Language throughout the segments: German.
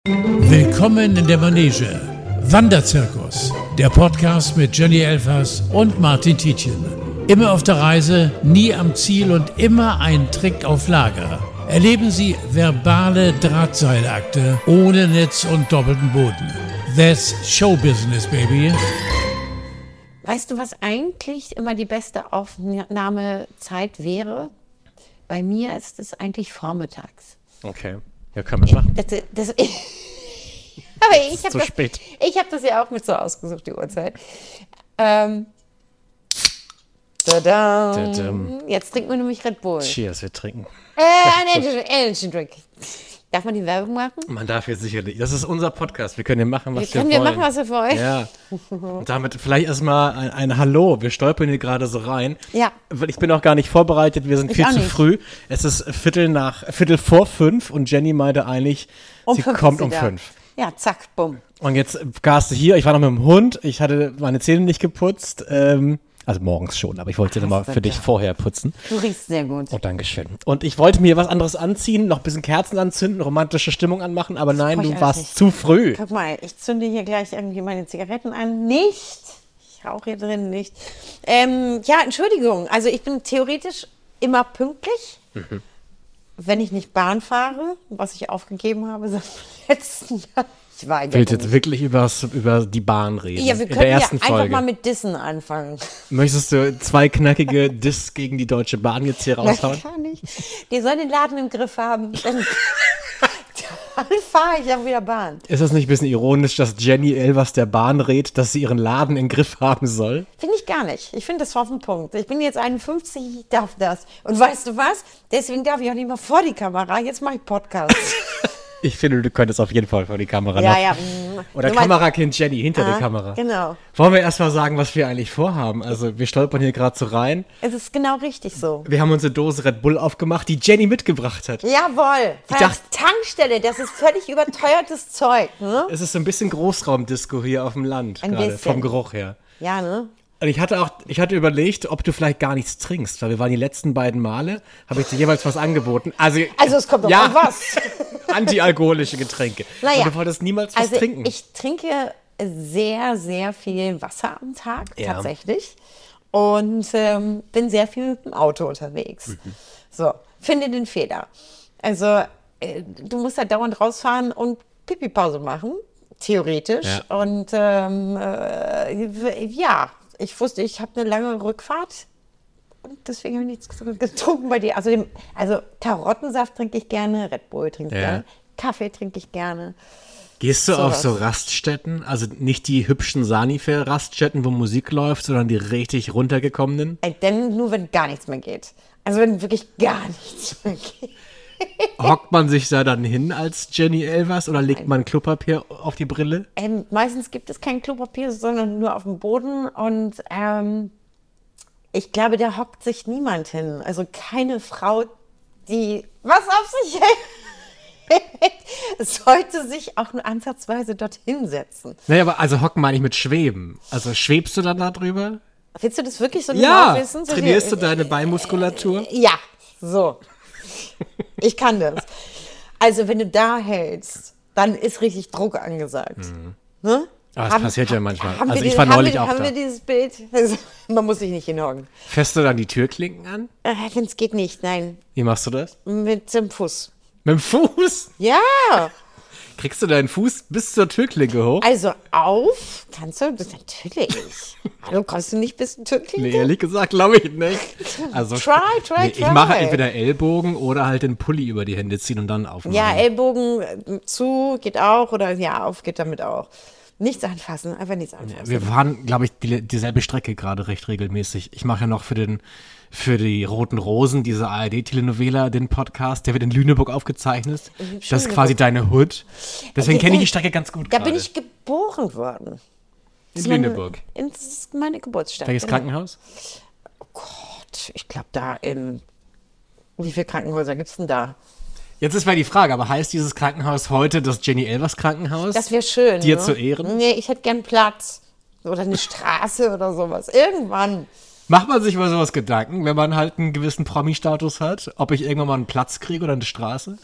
Willkommen in der Manege. Wanderzirkus. Der Podcast mit Jenny Elvers und Martin Tietjen. Immer auf der Reise, nie am Ziel und immer ein Trick auf Lager. Erleben Sie verbale Drahtseilakte ohne Netz und doppelten Boden. That's Showbusiness, baby. Weißt du, was eigentlich immer die beste Aufnahmezeit wäre? Bei mir ist es eigentlich vormittags. Okay, ja, können wir machen. Aber ich habe spät. Ich habe das ja auch mit so ausgesucht, die Uhrzeit. Jetzt trinken wir nämlich Red Bull. Cheers, wir trinken. Energy Drink. Darf man die Werbung machen? Man darf jetzt sicherlich. Das ist unser Podcast. Wir können ja machen, was wir wollen. Können wir machen, was wir wollen? Ja. Und damit vielleicht erstmal ein Hallo. Wir stolpern hier gerade so rein. Ja. Weil ich bin auch gar nicht vorbereitet. Wir sind viel zu früh. Es ist Viertel vor 5 und Jenny meinte eigentlich, sie kommt um 5. Ja, zack, bumm. Und jetzt warst du hier. Ich war noch mit dem Hund. Ich hatte meine Zähne nicht geputzt. Also morgens schon, aber ich wollte sie nochmal für dich vorher putzen. Du riechst sehr gut. Oh, Dankeschön. Und ich wollte mir was anderes anziehen, noch ein bisschen Kerzen anzünden, romantische Stimmung anmachen, aber nein, du warst nicht. Zu früh. Guck mal, ich zünde hier gleich irgendwie meine Zigaretten an. Nicht. Ich rauche hier drin nicht. Ja, Entschuldigung. Also ich bin theoretisch immer pünktlich, wenn ich nicht Bahn fahre, was ich aufgegeben habe seit letzten Jahr. Ich will jetzt wirklich über die Bahn reden. Ja, wir können ja einfach mal mit Dissen anfangen. Möchtest du 2 knackige Diss gegen die Deutsche Bahn jetzt hier raushauen? Nein, kann nicht. Die sollen den Laden im Griff haben. Dann fahre ich auch wieder Bahn. Ist das nicht ein bisschen ironisch, dass Jenny Elvers der Bahn rät, dass sie ihren Laden im Griff haben soll? Finde ich gar nicht. Ich finde das auf den Punkt. Ich bin jetzt 51, ich darf das. Und weißt du was? Deswegen darf ich auch nicht mal vor die Kamera. Jetzt mache ich Podcast. Ich finde, du könntest auf jeden Fall vor die Kamera. Ja, ja. Oder Kamerakind Jenny hinter der Kamera. Genau. Wollen wir erstmal sagen, was wir eigentlich vorhaben? Also wir stolpern hier gerade so rein. Es ist genau richtig so. Wir haben uns eine Dose Red Bull aufgemacht, die Jenny mitgebracht hat. Jawohl. Von der Tankstelle, das ist völlig überteuertes Zeug. Ne? Es ist so ein bisschen Großraumdisco hier auf dem Land, gerade vom Geruch her. Ja, ne? Und ich hatte überlegt, ob du vielleicht gar nichts trinkst, weil wir waren die letzten beiden Male, habe ich dir jeweils was angeboten. Also es kommt doch an was. Antialkoholische Getränke. Naja, und du wolltest niemals was trinken. Ich trinke sehr, sehr viel Wasser am Tag, tatsächlich. Und bin sehr viel mit dem Auto unterwegs. So, finde den Fehler. Also, du musst halt dauernd rausfahren und Pipi-Pause machen, theoretisch. Ja. Und ich wusste, ich habe eine lange Rückfahrt und deswegen habe ich nichts getrunken bei dir. Also Karottensaft trinke ich gerne, Red Bull trinke ich gerne, Kaffee trinke ich gerne. Gehst du auf so Raststätten, also nicht die hübschen Sanifair-Raststätten, wo Musik läuft, sondern die richtig runtergekommenen? Denn nur, wenn gar nichts mehr geht. Also wenn wirklich gar nichts mehr geht. Hockt man sich da dann hin als Jenny Elvers oder legt man Klopapier auf die Brille? Meistens gibt es kein Klopapier, sondern nur auf dem Boden und ich glaube, da hockt sich niemand hin. Also keine Frau, die was auf sich hält, sollte sich auch nur ansatzweise dort hinsetzen. Naja, aber also hocken meine ich mit Schweben. Also schwebst du dann da drüber? Willst du das wirklich so genau wissen? So trainierst du deine Beinmuskulatur? Ja, so. Ich kann das. Also, wenn du da hältst, dann ist richtig Druck angesagt. Ne? Aber das passiert ja manchmal. Also ich war neulich auch da. Haben wir dieses Bild? Man muss sich nicht hinhocken. Fährst du dann die Türklinken an? Wenn es geht nicht, nein. Wie machst du das? Mit dem Fuß. Mit dem Fuß? Ja. Kriegst du deinen Fuß bis zur Türklinke hoch? Also auf kannst du das natürlich. Hallo, kommst du nicht bis zur Türklinke? Nee, ehrlich gesagt glaube ich nicht. Also try. Ich mache entweder Ellbogen oder halt den Pulli über die Hände ziehen und dann aufmachen. Ja, Ellbogen zu geht auch oder auf geht damit auch. Nichts anfassen, einfach nichts anfassen. Wir fahren, glaube ich, dieselbe Strecke gerade recht regelmäßig. Ich mache ja noch für die Roten Rosen, diese ARD-Telenovela, den Podcast, der wird in Lüneburg aufgezeichnet. Das ist quasi deine Hood. Deswegen kenne ich die Strecke ganz gut. Da bin ich geboren worden. In Lüneburg? Das ist meine Geburtsstadt. Welches Krankenhaus? Oh Gott, ich glaube wie viele Krankenhäuser gibt es denn da? Jetzt ist mal die Frage, aber heißt dieses Krankenhaus heute das Jenny Elvers Krankenhaus? Das wäre schön. Dir zu Ehren? Nee, ich hätte gern Platz. Oder eine Straße oder sowas. Irgendwann. Macht man sich über sowas Gedanken, wenn man halt einen gewissen Promi-Status hat? Ob ich irgendwann mal einen Platz kriege oder eine Straße?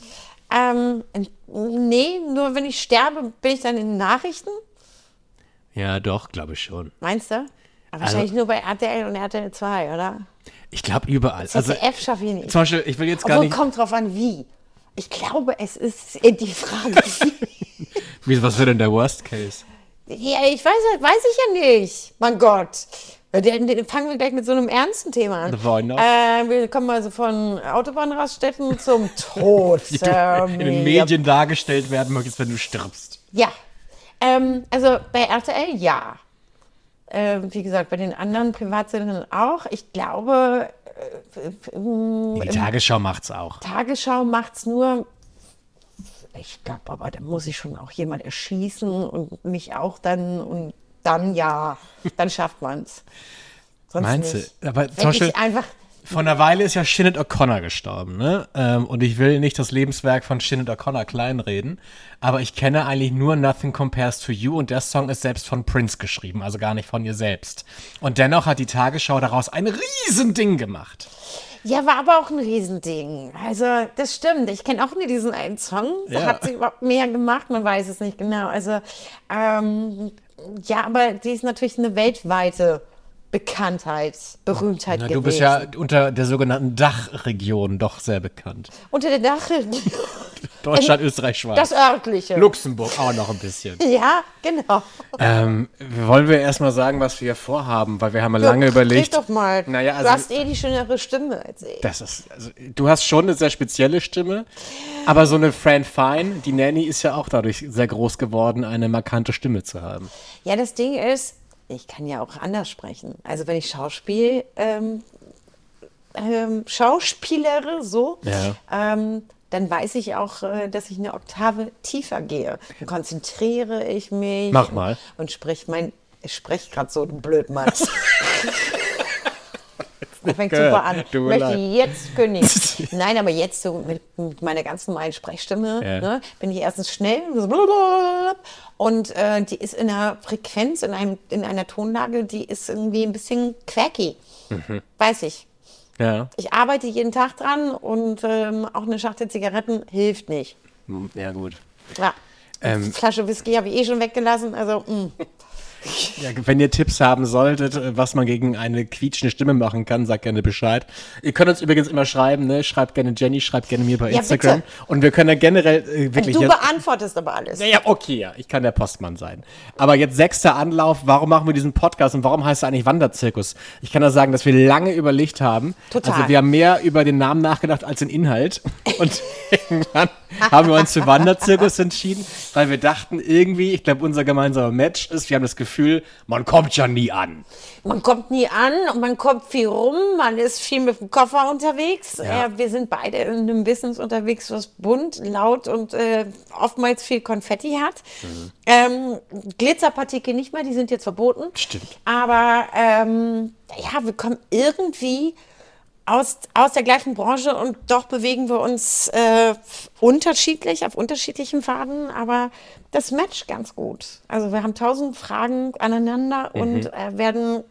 Nee, nur wenn ich sterbe, bin ich dann in den Nachrichten. Ja, doch, glaube ich schon. Meinst du? Aber wahrscheinlich nur bei RTL und RTL 2, oder? Ich glaube überall. ZDF schaffe ich nicht. Zum Beispiel, ich will jetzt gar nicht... Kommt drauf an, wie. Ich glaube, es ist die Frage, wie. Was wäre denn der Worst Case? Ja, ich weiß ich ja nicht. Mein Gott. Fangen wir gleich mit so einem ernsten Thema an. Wir kommen also von Autobahnraststätten zum Tod. Wie du in den Medien dargestellt werden möchtest, wenn du stirbst. Ja. Also bei RTL ja. Wie gesagt, bei den anderen Privatsendern auch. Ich glaube... Die Tagesschau macht's auch. Tagesschau macht's nur... Ich glaube, aber da muss ich schon auch jemand erschießen und mich auch dann... Und dann ja, dann schafft man's. Sonst Meinst nicht. du? Aber zum Beispiel, vor einer Weile ist ja Sinead O'Connor gestorben, ne? Und ich will nicht das Lebenswerk von Sinead O'Connor kleinreden, aber ich kenne eigentlich nur Nothing Compares to You und der Song ist selbst von Prince geschrieben, also gar nicht von ihr selbst. Und dennoch hat die Tagesschau daraus ein Riesending gemacht. Ja, war aber auch ein Riesending. Also, das stimmt. Ich kenne auch nur diesen einen Song. Da hat sie überhaupt mehr gemacht, man weiß es nicht genau. Also, ja, aber die ist natürlich eine weltweite Bekanntheit, Berühmtheit gewesen. Du bist ja unter der sogenannten Dachregion doch sehr bekannt. Unter der Dachregion? Deutschland, Österreich, Schweiz. Das örtliche. Luxemburg auch noch ein bisschen. Ja, genau. Wollen wir erstmal sagen, was wir hier vorhaben, weil wir haben ja lange überlegt. Red doch mal. Naja, also, du hast die schönere Stimme als ich. Du hast schon eine sehr spezielle Stimme, aber so eine Fran Fine, die Nanny, ist ja auch dadurch sehr groß geworden, eine markante Stimme zu haben. Ja, das Ding ist, ich kann ja auch anders sprechen. Also wenn ich schauspielere, so, dann weiß ich auch, dass ich eine Oktave tiefer gehe. Dann konzentriere ich mich. Mach mal. Und ich spreche gerade so blöd, Mann. Das fängt super an. Ich möchte jetzt kündigen. Nein, aber jetzt so mit meiner ganz normalen Sprechstimme ne, bin ich erstens schnell und die ist in einer Frequenz, in einer Tonlage, die ist irgendwie ein bisschen quacky. Weiß ich. Ja. Ich arbeite jeden Tag dran und auch eine Schachtel Zigaretten hilft nicht. Ja, gut. Ja. Flasche Whisky habe ich schon weggelassen, also Ja, wenn ihr Tipps haben solltet, was man gegen eine quietschende Stimme machen kann, sagt gerne Bescheid. Ihr könnt uns übrigens immer schreiben, ne? Schreibt gerne Jenny, schreibt gerne mir bei Instagram. Bitte. Und wir können ja generell wirklich... Du beantwortest aber alles. Ja, okay, ja. Ich kann der Postmann sein. Aber jetzt 6. Anlauf, warum machen wir diesen Podcast und warum heißt er eigentlich Wanderzirkus? Ich kann da sagen, dass wir lange überlegt haben. Total. Also wir haben mehr über den Namen nachgedacht als den Inhalt. Und irgendwann haben wir uns für Wanderzirkus entschieden, weil wir dachten irgendwie, ich glaube, unser gemeinsamer Match ist, wir haben das Gefühl, man kommt ja nie an. Man kommt nie an und man kommt viel rum, man ist viel mit dem Koffer unterwegs. Ja. Wir sind beide in einem Business unterwegs, was bunt, laut und oftmals viel Konfetti hat. Glitzerpartikel nicht mehr, die sind jetzt verboten. Stimmt. Aber ja, wir kommen irgendwie aus der gleichen Branche und doch bewegen wir uns unterschiedlich, auf unterschiedlichen Pfaden, aber das matcht ganz gut. Also wir haben 1000 Fragen aneinander und werden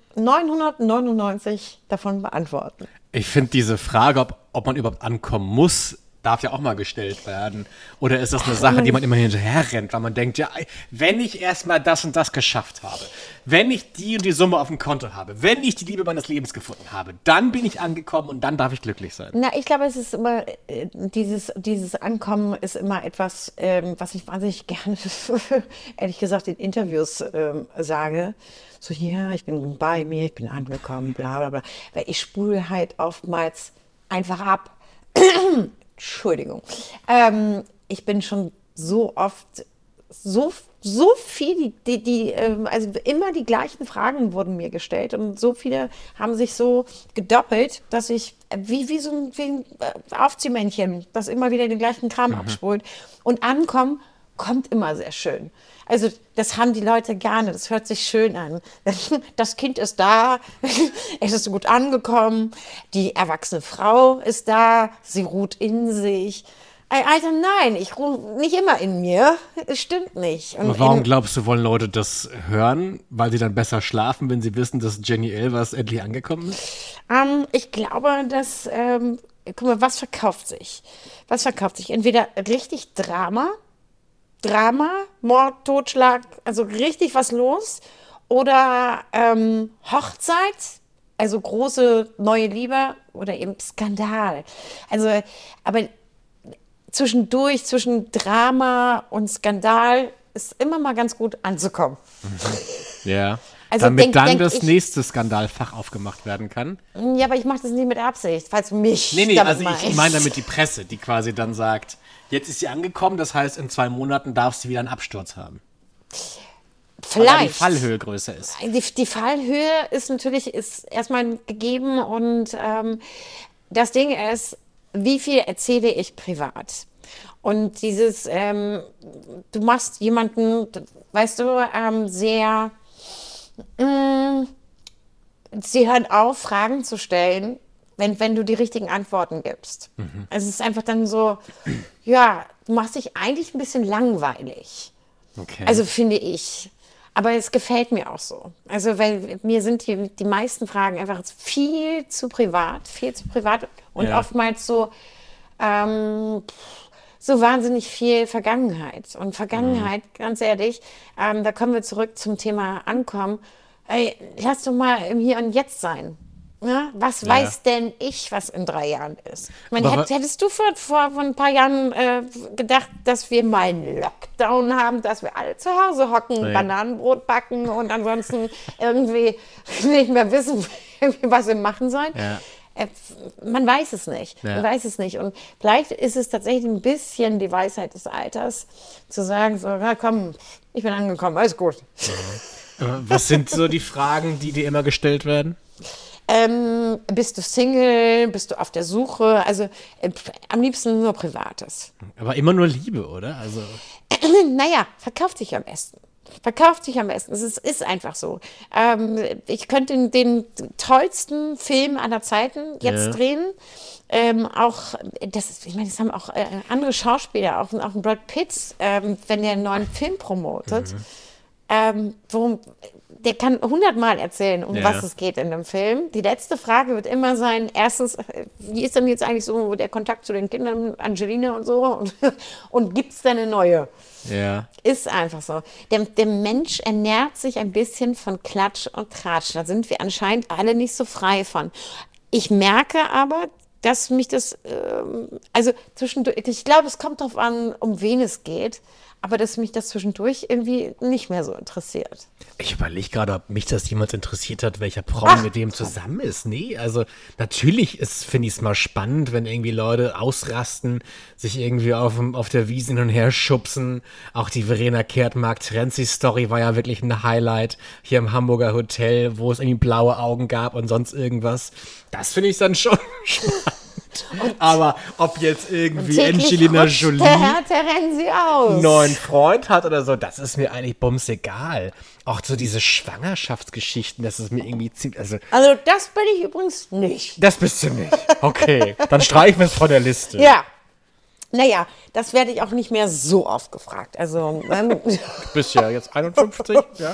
999 davon beantworten. Ich finde diese Frage, ob man überhaupt ankommen muss, darf ja auch mal gestellt werden. Oder ist das eine Sache, die man immer hinterher rennt, weil man denkt, ja, wenn ich erstmal das und das geschafft habe, wenn ich die und die Summe auf dem Konto habe, wenn ich die Liebe meines Lebens gefunden habe, dann bin ich angekommen und dann darf ich glücklich sein. Na, ich glaube, es ist immer, dieses Ankommen ist immer etwas, was ich wahnsinnig gerne, ehrlich gesagt, in Interviews sage. So, ja, ich bin bei mir, ich bin angekommen, bla bla bla. Weil ich spule halt oftmals einfach ab. Entschuldigung. Ich bin schon so oft, so viel, also immer die gleichen Fragen wurden mir gestellt und so viele haben sich so gedoppelt, dass ich wie ein Aufziehmännchen, das immer wieder den gleichen Kram abspult. Und ankommen kommt immer sehr schön. Also das haben die Leute gerne, das hört sich schön an. Das Kind ist da, es ist gut angekommen, die erwachsene Frau ist da, sie ruht in sich. Alter, nein, ich ruhe nicht immer in mir, es stimmt nicht. Und aber warum glaubst du, wollen Leute das hören? Weil sie dann besser schlafen, wenn sie wissen, dass Jenny Elvers endlich angekommen ist? Ich glaube, dass guck mal, was verkauft sich? Was verkauft sich? Entweder richtig Drama, Mord, Totschlag, also richtig was los, oder Hochzeit, also große neue Liebe, oder eben Skandal. Also, aber zwischen Drama und Skandal ist immer mal ganz gut anzukommen. Ja. Also damit dann das nächste Skandalfach aufgemacht werden kann. Ja, aber ich mache das nicht mit Absicht, falls du mich Nee, damit also meinst. ich meine damit die Presse, die quasi dann sagt, jetzt ist sie angekommen, das heißt, in 2 Monaten darf sie wieder einen Absturz haben. Vielleicht. Weil die Fallhöhe größer ist. Die Fallhöhe ist natürlich erstmal gegeben und das Ding ist, wie viel erzähle ich privat? Und dieses, du machst jemanden, weißt du, sehr... Sie hören auf, Fragen zu stellen, wenn du die richtigen Antworten gibst. Also es ist einfach dann so, ja, du machst dich eigentlich ein bisschen langweilig. Okay. Also finde ich. Aber es gefällt mir auch so. Also weil mir sind die meisten Fragen einfach viel zu privat und Ja. oftmals so wahnsinnig viel Vergangenheit. Und Vergangenheit, ganz ehrlich, da kommen wir zurück zum Thema Ankommen. Ey, lass doch mal im Hier und Jetzt sein. Ja? Was weiß denn ich, was in 3 Jahren ist? Ich meine, hättest du vor ein paar Jahren gedacht, dass wir mal einen Lockdown haben, dass wir alle zu Hause hocken, Bananenbrot backen und ansonsten irgendwie nicht mehr wissen, was wir machen sollen? Ja. Man weiß es nicht. Ja. Man weiß es nicht. Und vielleicht ist es tatsächlich ein bisschen die Weisheit des Alters, zu sagen, so, na komm, ich bin angekommen, alles gut. Was sind so die Fragen, die dir immer gestellt werden? Bist du Single? Bist du auf der Suche? Also am liebsten nur Privates. Aber immer nur Liebe, oder? Also Naja, verkauft sich am besten. Verkauft sich am besten. Es ist einfach so. Ich könnte den tollsten Film aller Zeiten jetzt drehen. Auch, ich meine, das haben auch andere Schauspieler, auch ein Brad Pitt, wenn der einen neuen Film promotet. Der kann 100-mal erzählen, um was es geht in dem Film. Die letzte Frage wird immer sein, erstens, wie ist denn jetzt eigentlich so der Kontakt zu den Kindern, Angelina und so? Und gibt es da eine neue? ja. Ist einfach so. Der Mensch ernährt sich ein bisschen von Klatsch und Tratsch. Da sind wir anscheinend alle nicht so frei von. Ich merke aber, dass mich das, also zwischendurch, ich glaube, es kommt darauf an, um wen es geht, aber dass mich das zwischendurch irgendwie nicht mehr so interessiert. Ich überlege gerade, ob mich das jemals interessiert hat, welcher Promi mit dem zusammen ist. Nee, also natürlich finde ich es mal spannend, wenn irgendwie Leute ausrasten, sich irgendwie auf der Wiesn hin und her schubsen. Auch die Verena Kehrt-Mark-Terenzi-Story war ja wirklich ein Highlight hier im Hamburger Hotel, wo es irgendwie blaue Augen gab und sonst irgendwas. Das finde ich dann schon spannend. Aber ob jetzt irgendwie Angelina Jolie der Herr Terenzi aus. einen neuen Freund hat oder so, das ist mir eigentlich bumsegal. Auch so diese Schwangerschaftsgeschichten, das ist mir irgendwie ziemlich... Also das bin ich übrigens nicht. Das bist du nicht. Okay, dann streichen wir es von der Liste. Ja. Naja, das werde ich auch nicht mehr so oft gefragt. Also, Du bist ja jetzt 51, ja?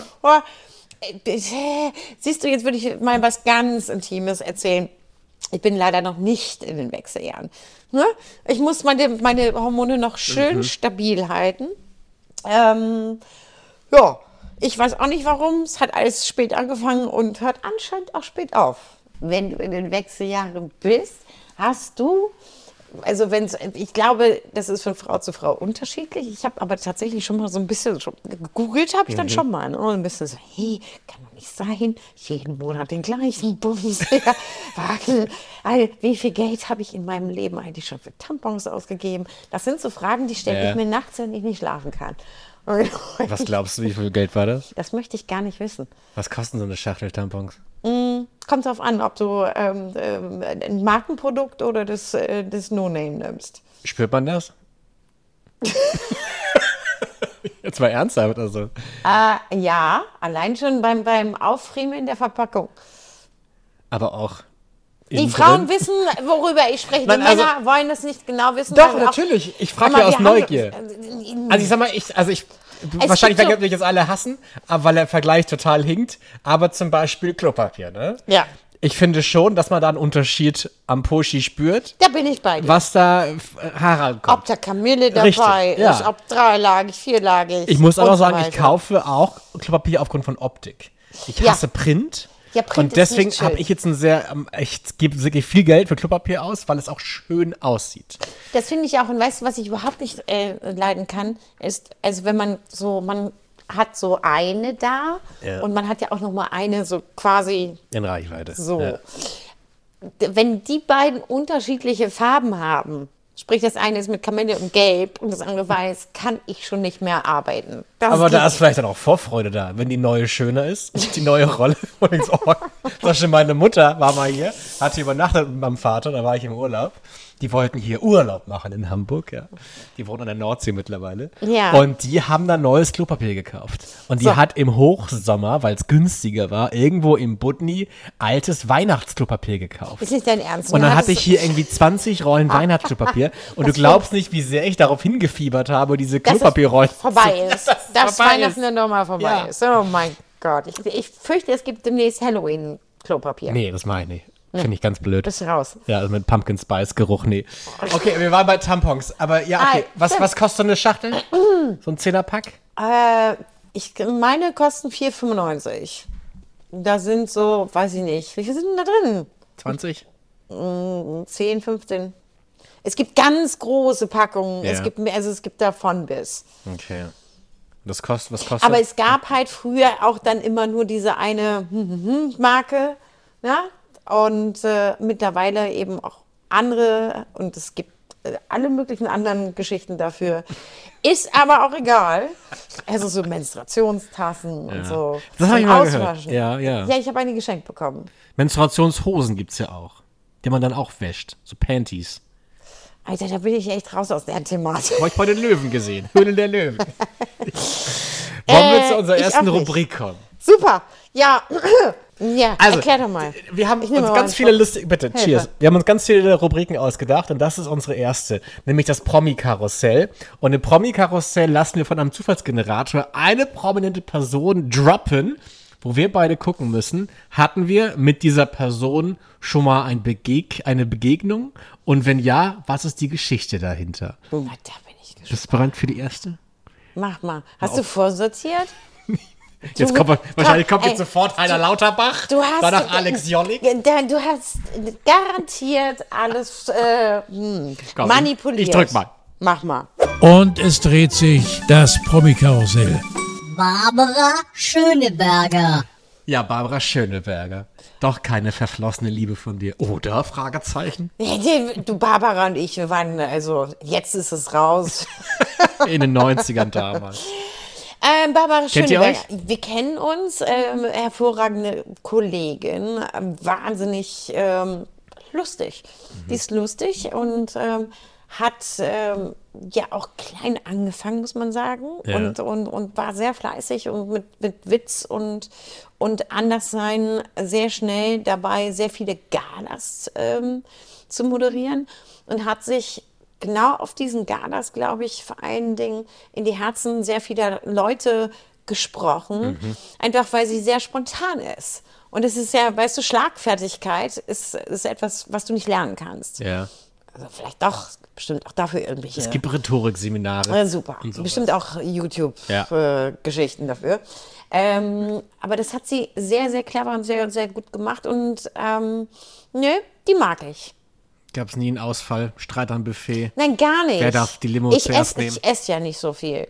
Siehst du, jetzt würde ich mal was ganz Intimes erzählen. Ich bin leider noch nicht in den Wechseljahren. Ne? Ich muss meine Hormone noch schön stabil halten. Ja, ich weiß auch nicht warum. Es hat alles spät angefangen und hört anscheinend auch spät auf. Wenn du in den Wechseljahren bist, hast du, also ich glaube, das ist von Frau zu Frau unterschiedlich. Ich habe aber tatsächlich schon mal so ein bisschen gegoogelt, habe ich dann schon mal. Und ein bisschen so, hey, kann doch nicht sein, jeden Monat den gleichen Bums. Wie viel Geld habe ich in meinem Leben eigentlich schon für Tampons ausgegeben? Das sind so Fragen, die stelle ich mir nachts, wenn ich nicht schlafen kann. Was glaubst du, wie viel Geld war das? Das möchte ich gar nicht wissen. Was kosten so eine Schachtel Tampons? Kommt drauf an, ob du ein Markenprodukt oder das No-Name nimmst. Spürt man das? Jetzt mal ernsthaft, also. Ja, allein schon beim Auffriemeln der Verpackung. Aber auch Die Frauen wissen, worüber ich spreche. Nein, Die Männer wollen das nicht genau wissen. Doch, natürlich. Ich frage ja aus Neugier. Also ich sag mal, wahrscheinlich werden wir jetzt alle hassen, aber weil der Vergleich total hinkt. Aber zum Beispiel Klopapier, ne? Ja. Ich finde schon, dass man da einen Unterschied am Poschi spürt. Da bin ich bei dir. Was da herankommt. Ob da Kamille dabei ist, ob dreilagig, vierlagig. Ich muss aber sagen, ich kaufe auch Klopapier aufgrund von Optik. Ich hasse Print. Ja, Print und deswegen habe ich jetzt ich gebe wirklich viel Geld für Klopapier aus, weil es auch schön aussieht. Das finde ich auch. Und weißt du, was ich überhaupt nicht leiden kann, ist, also wenn man hat so eine da und man hat ja auch noch mal eine so quasi in Reichweite. So. Ja. Wenn die beiden unterschiedliche Farben haben, sprich das eine ist mit Kamille und Gelb und das andere weiß, kann ich schon nicht mehr arbeiten. Aber da ist vielleicht dann auch Vorfreude da, wenn die neue schöner ist, die neue Rolle. Das schon meine Mutter war mal hier, hat hier übernachtet mit meinem Vater, da war ich im Urlaub. Die wollten hier Urlaub machen in Hamburg, ja. Die wohnen an der Nordsee mittlerweile. Ja. Und die haben dann neues Klopapier gekauft. Und die hat im Hochsommer, weil es günstiger war, irgendwo im Budni altes Weihnachtsklopapier gekauft. Ist nicht dein Ernst? Und dann hatte ich hier irgendwie 20 Rollen Weihnachtsklopapier. Und du glaubst nicht, wie sehr ich darauf hingefiebert habe, diese Klopapierrollen. Vorbei ist. Dass Weihnachten dann nochmal vorbei ist. Oh mein Gott. Ich fürchte, es gibt demnächst Halloween-Klopapier. Nee, das meine ich. Finde ich ganz blöd. Bist du raus? Ja, also mit Pumpkin Spice Geruch, nee. Okay, wir waren bei Tampons. Aber ja, okay. Was kostet so eine Schachtel? So ein 10er-Pack? Meine kosten 4,95. Da sind so, weiß ich nicht, wie viel sind denn da drin? 20? 10, 15. Es gibt ganz große Packungen. Ja. Es gibt davon bis. Okay. Was kostet? Aber es gab halt früher auch dann immer nur diese eine Marke, ja? Und mittlerweile eben auch andere und es gibt alle möglichen anderen Geschichten dafür. Ist aber auch egal. Also so Menstruationstassen und so. Das habe ich mal gehört. Ja, ich habe eine geschenkt bekommen. Menstruationshosen gibt es ja auch, die man dann auch wäscht. So Panties. Alter, da bin ich echt raus aus der Thematik. Habe ich bei den Löwen gesehen. Höhle der Löwen. Wollen wir zu unserer ersten Rubrik kommen? Super. Ja. Ja, also, erklär doch mal. Wir haben uns ganz viele lustige, bitte, cheers. Wir haben uns ganz viele Rubriken ausgedacht und das ist unsere erste, nämlich das Promi-Karussell. Und im Promi-Karussell lassen wir von einem Zufallsgenerator eine prominente Person droppen, wo wir beide gucken müssen, hatten wir mit dieser Person schon mal eine Begegnung? Und wenn ja, was ist die Geschichte dahinter? Da bin ich gespannt. Bist du bereit für die erste? Mach mal. Hast du vorsortiert? Jetzt wahrscheinlich kommt jetzt sofort Heiner Lauterbach, danach Alex Jollig. Du hast garantiert alles manipuliert. Ich drück mal. Mach mal. Und es dreht sich das Promi-Karussell. Barbara Schöneberger. Ja, Barbara Schöneberger. Doch keine verflossene Liebe von dir. Oder? Fragezeichen. Du, Barbara und ich, wir waren, also jetzt ist es raus. In den 90ern damals. Barbara Schöneberger, wir kennen uns, hervorragende Kollegin, wahnsinnig lustig. Die ist lustig und hat ja auch klein angefangen, muss man sagen, und war sehr fleißig und mit Witz und Anderssein sehr schnell dabei, sehr viele Galas zu moderieren und hat sich genau auf diesen Galas, glaube ich, vor allen Dingen in die Herzen sehr vieler Leute gesprochen, einfach weil sie sehr spontan ist. Und es ist ja, weißt du, Schlagfertigkeit ist etwas, was du nicht lernen kannst. Ja. Also vielleicht doch, bestimmt auch dafür irgendwelche... Es gibt Rhetorikseminare. Super. Bestimmt auch YouTube-Geschichten dafür. Aber das hat sie sehr, sehr clever und sehr, sehr gut gemacht. Und die mag ich. Gab es nie einen Ausfall, Streit am Buffet? Nein, gar nicht. Wer darf die Limo zuerst nehmen? Ich esse ja nicht so viel.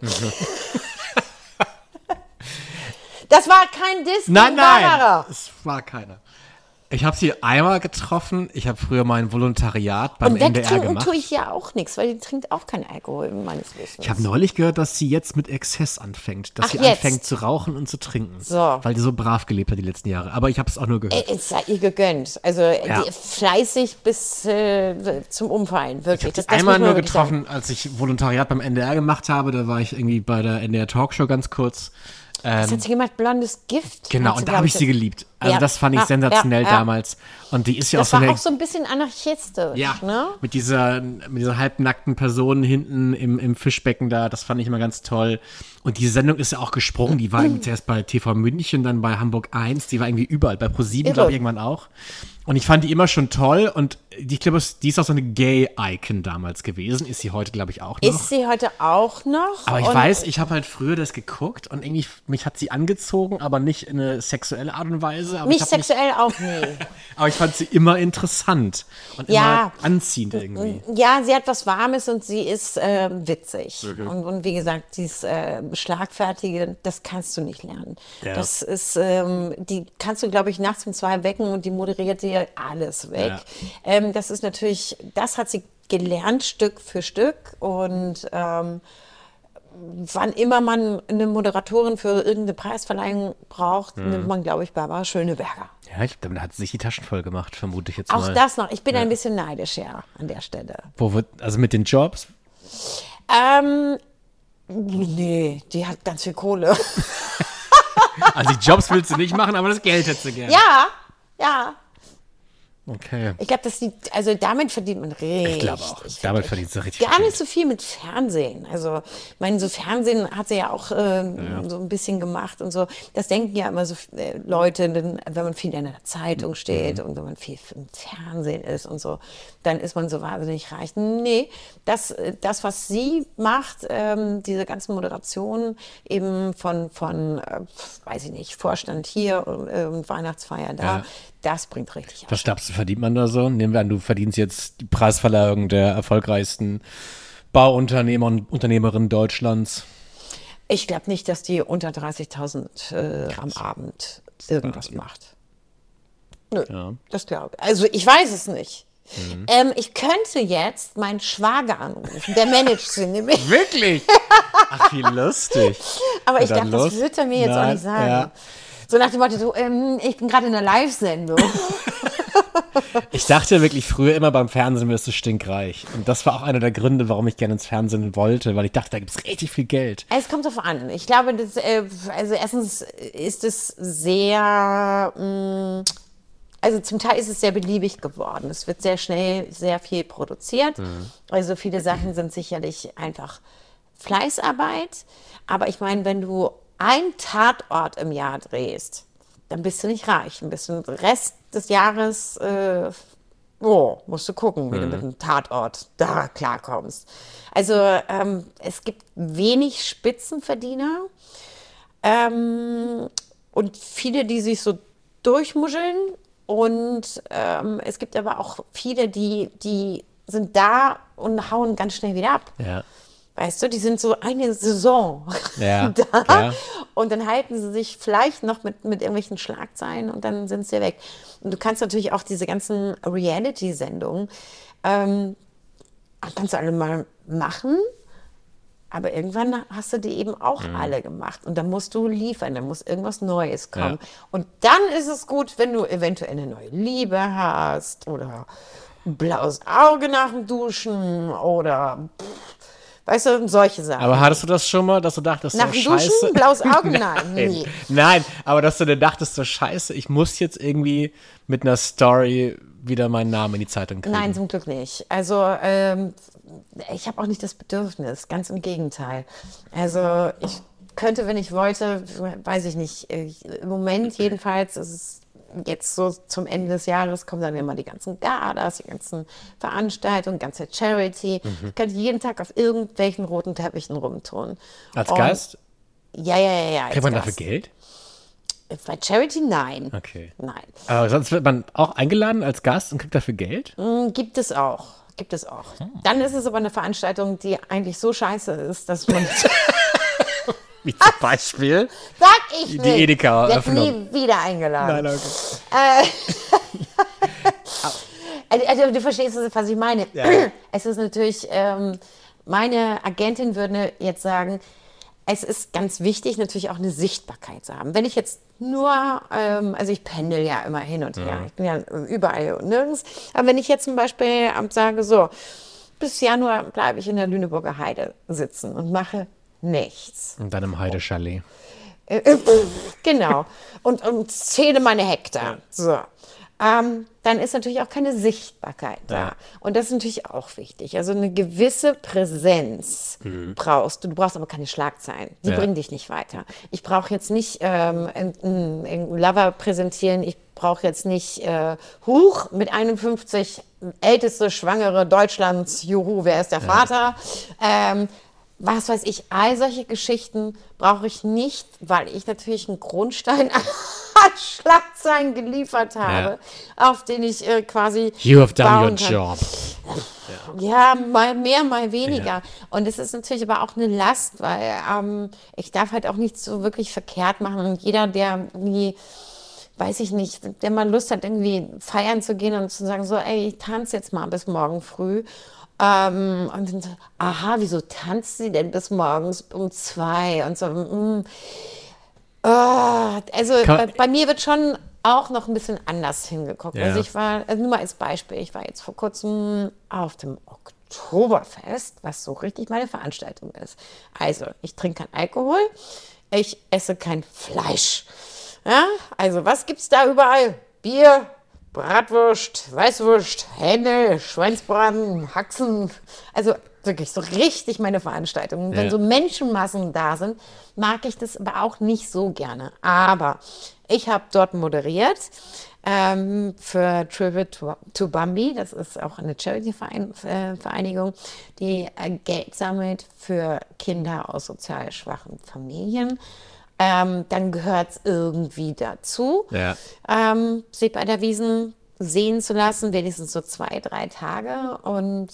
Das war kein Diss. Nein, es war keiner. Ich habe sie einmal getroffen. Ich habe früher mein Volontariat beim NDR gemacht. Und wegtrinken tue ich ja auch nichts, weil die trinkt auch keinen Alkohol, meines Wissens. Ich habe neulich gehört, dass sie jetzt mit Exzess anfängt. Dass sie anfängt zu rauchen und zu trinken. So. Weil die so brav gelebt hat die letzten Jahre. Aber ich habe es auch nur gehört. Es sei ihr gegönnt. Also fleißig bis zum Umfallen, wirklich. Ich habe einmal nur getroffen, als ich Volontariat beim NDR gemacht habe. Da war ich irgendwie bei der NDR Talkshow ganz kurz. Was hat sie gemacht? Blondes Gift? Genau, und da habe ich sie geliebt. Also das fand ich sensationell damals. Und die ist ja das auch war auch so ein bisschen anarchistisch, ne? Mit dieser halbnackten Person hinten im Fischbecken da, das fand ich immer ganz toll. Und die Sendung ist ja auch gesprungen, die war irgendwie zuerst bei TV München, dann bei Hamburg 1, die war irgendwie überall, bei ProSieben, glaube ich, irgendwann auch. Und ich fand die immer schon toll und ich glaube, die ist auch so eine Gay-Icon damals gewesen. Ist sie heute, glaube ich, auch noch. Ist sie heute auch noch? Aber ich weiß, ich habe halt früher das geguckt und irgendwie, mich hat sie angezogen, aber nicht in eine sexuelle Art und Weise. Aber nicht sexuell auch nie. Aber ich fand sie immer interessant und immer anziehend irgendwie. Ja, sie hat was Warmes und sie ist witzig. Und wie gesagt, dieses Schlagfertige, das kannst du nicht lernen. Ja. Das ist, die kannst du, glaube ich, nachts um 2 wecken und die moderiert dir alles weg. Ja. Das ist natürlich, das hat sie gelernt, Stück für Stück. Und wann immer man eine Moderatorin für irgendeine Preisverleihung braucht, nimmt man, glaube ich, Barbara Schöneberger. Ja, damit hat sie sich die Taschen voll gemacht, vermute ich jetzt mal. Auch das noch. Ich bin ein bisschen neidisch, an der Stelle. Also mit den Jobs? Nee, die hat ganz viel Kohle. Also die Jobs willst du nicht machen, aber das Geld hättest du gerne. Ja. Okay. Ich glaube, damit verdient man richtig. Ich glaube auch. Damit verdient sie richtig. Gar nicht so viel mit Fernsehen. Also, ich meine, so Fernsehen hat sie ja auch so ein bisschen gemacht und so. Das denken ja immer so Leute, wenn man viel in einer Zeitung steht und wenn man viel im Fernsehen ist und so, dann ist man so wahnsinnig reich. Nee, das was sie macht, diese ganzen Moderationen eben von weiß ich nicht, Vorstand hier und Weihnachtsfeier da, das bringt richtig an. Was glaubst du, verdient man da so? Nehmen wir an, du verdienst jetzt die Preisverleihung der erfolgreichsten Bauunternehmer und Unternehmerin Deutschlands. Ich glaube nicht, dass die unter 30.000 am Abend irgendwas macht. Nö, das glaube ich. Also ich weiß es nicht. Ich könnte jetzt meinen Schwager anrufen, der managt sie nämlich. Wirklich? Ach, wie lustig. Aber ich dachte, das wird er mir jetzt auch nicht sagen. Ja. So nach dem Motto, ich bin gerade in einer Live-Sendung. Ich dachte wirklich früher immer, beim Fernsehen wirst du stinkreich. Und das war auch einer der Gründe, warum ich gerne ins Fernsehen wollte, weil ich dachte, da gibt es richtig viel Geld. Es kommt darauf an. Ich glaube, also erstens ist es sehr, also zum Teil ist es sehr beliebig geworden. Es wird sehr schnell sehr viel produziert. Also viele Sachen sind sicherlich einfach Fleißarbeit. Aber ich meine, wenn du ein Tatort im Jahr drehst, dann bist du nicht reich. Ein bisschen Rest des Jahres musst du gucken, wie du mit einem Tatort da klarkommst. Also es gibt wenig Spitzenverdiener und viele, die sich so durchmuscheln. Und es gibt aber auch viele, die sind da und hauen ganz schnell wieder ab. Ja. Weißt du, die sind so eine Saison da und dann halten sie sich vielleicht noch mit irgendwelchen Schlagzeilen und dann sind sie weg. Und du kannst natürlich auch diese ganzen Reality-Sendungen, kannst du alle mal machen, aber irgendwann hast du die eben auch alle gemacht und dann musst du liefern, dann muss irgendwas Neues kommen. Ja. Und dann ist es gut, wenn du eventuell eine neue Liebe hast oder ein blaues Auge nach dem Duschen oder weißt du, solche Sachen. Aber hattest du das schon mal, dass du dachtest, nach dem Duschen, blaues Auge? Nein. Nein, aber dass du dir dachtest, so scheiße, ich muss jetzt irgendwie mit einer Story wieder meinen Namen in die Zeitung kriegen. Nein, zum Glück nicht. Also ich habe auch nicht das Bedürfnis, ganz im Gegenteil. Also ich könnte, wenn ich wollte, weiß ich nicht, im Moment jedenfalls ist es jetzt so zum Ende des Jahres kommen dann immer die ganzen Galas, die ganzen Veranstaltungen, ganze Charity. Ich könnte jeden Tag auf irgendwelchen roten Teppichen rumtun. Als Gast? Ja. Kriegt man dafür Geld? Bei Charity nein. Okay. Nein. Aber sonst wird man auch eingeladen als Gast und kriegt dafür Geld? Gibt es auch. Dann ist es aber eine Veranstaltung, die eigentlich so scheiße ist, dass man... Wie zum Beispiel? Sag ich nicht. Die Edeka-Eröffnung. Nie wieder eingeladen. Nein, okay. Also, du verstehst, was ich meine. Ja. Es ist natürlich, meine Agentin würde jetzt sagen, es ist ganz wichtig, natürlich auch eine Sichtbarkeit zu haben. Wenn ich jetzt nur, also ich pendel ja immer hin und her, ich bin ja überall und nirgends, aber wenn ich jetzt zum Beispiel sage, so, bis Januar bleibe ich in der Lüneburger Heide sitzen und mache nichts. Und dann im Heidechalet. Genau. Und zähle meine Hektar. So. Dann ist natürlich auch keine Sichtbarkeit da. Ja. Und das ist natürlich auch wichtig. Also eine gewisse Präsenz brauchst du. Du brauchst aber keine Schlagzeilen. Die bringen dich nicht weiter. Ich brauche jetzt nicht einen Lover präsentieren. Ich brauche jetzt nicht mit 51 älteste Schwangere Deutschlands. Juhu, wer ist der Vater? Was weiß ich, all solche Geschichten brauche ich nicht, weil ich natürlich einen Grundstein an Schlagzeilen geliefert habe, auf den ich quasi You have done your kann. job. Ja, mal mehr, mal weniger. Ja. Und es ist natürlich aber auch eine Last, weil ich darf halt auch nichts so wirklich verkehrt machen. Und jeder, der irgendwie, weiß ich nicht, der mal Lust hat, irgendwie feiern zu gehen und zu sagen, so, ey, ich tanze jetzt mal bis morgen früh. Und dann so, aha, wieso tanzt sie denn bis morgens um 2? Und so, also bei mir wird schon auch noch ein bisschen anders hingeguckt. Ja. Also ich war, nur mal als Beispiel, ich war jetzt vor kurzem auf dem Oktoberfest, was so richtig meine Veranstaltung ist. Also, ich trinke keinen Alkohol, ich esse kein Fleisch. Ja? Also, was gibt's da überall? Bier, Bratwurst, Weißwurst, Hähne, Schweinsbraten, Haxen. Also wirklich so richtig meine Veranstaltung. Wenn so Menschenmassen da sind, mag ich das aber auch nicht so gerne. Aber ich habe dort moderiert für Tribute to Bambi. Das ist auch eine Charity-Vereinigung, die Geld sammelt für Kinder aus sozial schwachen Familien. Dann gehört es irgendwie dazu, sich bei der Wiesn sehen zu lassen, wenigstens so 2-3 Tage. Und